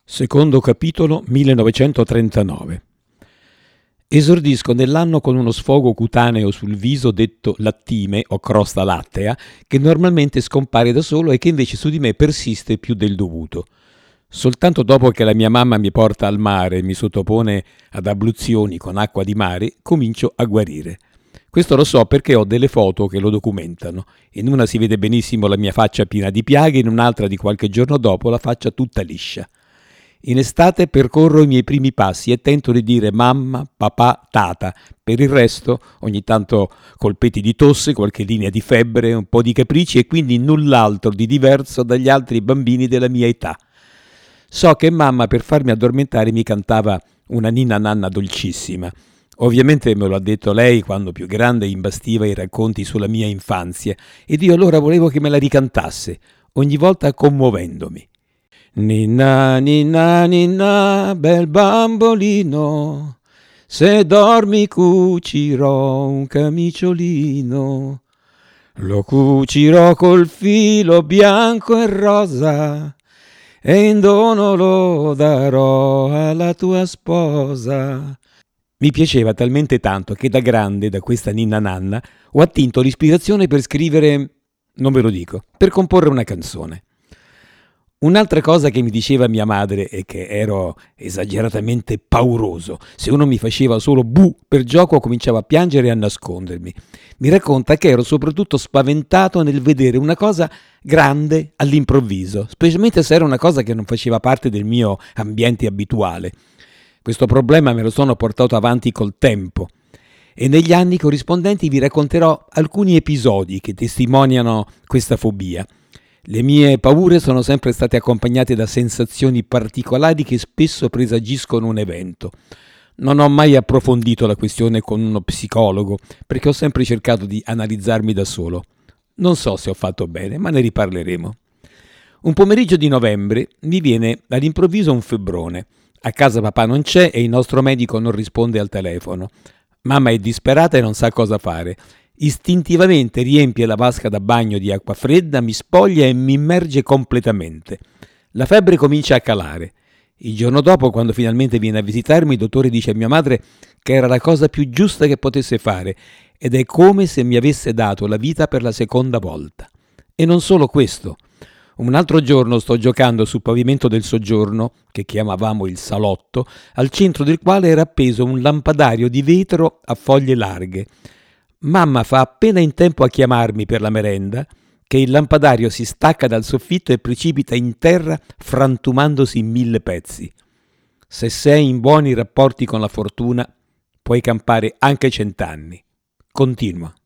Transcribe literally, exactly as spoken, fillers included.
Secondo capitolo, millenovecentotrentanove. Esordisco nell'anno con uno sfogo cutaneo sul viso detto lattime o crosta lattea, che normalmente scompare da solo e che invece su di me persiste più del dovuto. Soltanto dopo che la mia mamma mi porta al mare e mi sottopone ad abluzioni con acqua di mare, comincio a guarire. Questo lo so perché ho delle foto che lo documentano. In una si vede benissimo la mia faccia piena di piaghe, in un'altra di qualche giorno dopo la faccia tutta liscia. In estate percorro i miei primi passi e tento di dire mamma, papà, tata. Per il resto, ogni tanto colpetti di tosse, qualche linea di febbre, un po' di capricci e quindi null'altro di diverso dagli altri bambini della mia età. So che mamma per farmi addormentare mi cantava una ninna nanna dolcissima. Ovviamente me lo ha detto lei quando più grande imbastiva i racconti sulla mia infanzia ed io allora volevo che me la ricantasse, ogni volta commuovendomi. Ninna, ninna, ninna, bel bambolino, se dormi cucirò un camiciolino. Lo cucirò col filo bianco e rosa e in dono lo darò alla tua sposa. Mi piaceva talmente tanto che da grande, da questa ninna nanna, ho attinto l'ispirazione per scrivere, non ve lo dico, per comporre una canzone. Un'altra cosa che mi diceva mia madre è che ero esageratamente pauroso. Se uno mi faceva solo bu per gioco cominciavo a piangere e a nascondermi. Mi racconta che ero soprattutto spaventato nel vedere una cosa grande all'improvviso, specialmente se era una cosa che non faceva parte del mio ambiente abituale. Questo problema me lo sono portato avanti col tempo e negli anni corrispondenti vi racconterò alcuni episodi che testimoniano questa fobia. Le mie paure sono sempre state accompagnate da sensazioni particolari che spesso presagiscono un evento. Non ho mai approfondito la questione con uno psicologo perché ho sempre cercato di analizzarmi da solo. Non so se ho fatto bene, ma ne riparleremo. Un pomeriggio di novembre mi viene all'improvviso un febbrone. A casa papà non c'è e il nostro medico non risponde al telefono. Mamma è disperata e non sa cosa fare. Istintivamente riempie la vasca da bagno di acqua fredda, mi spoglia e mi immerge completamente. La febbre comincia a calare. Il giorno dopo, quando finalmente viene a visitarmi, il dottore dice a mia madre che era la cosa più giusta che potesse fare ed è come se mi avesse dato la vita per la seconda volta. E non solo questo. Un altro giorno sto giocando sul pavimento del soggiorno, che chiamavamo il salotto, al centro del quale era appeso un lampadario di vetro a foglie larghe. Mamma fa appena in tempo a chiamarmi per la merenda che il lampadario si stacca dal soffitto e precipita in terra frantumandosi in mille pezzi. Se sei in buoni rapporti con la fortuna, puoi campare anche cent'anni. Continua.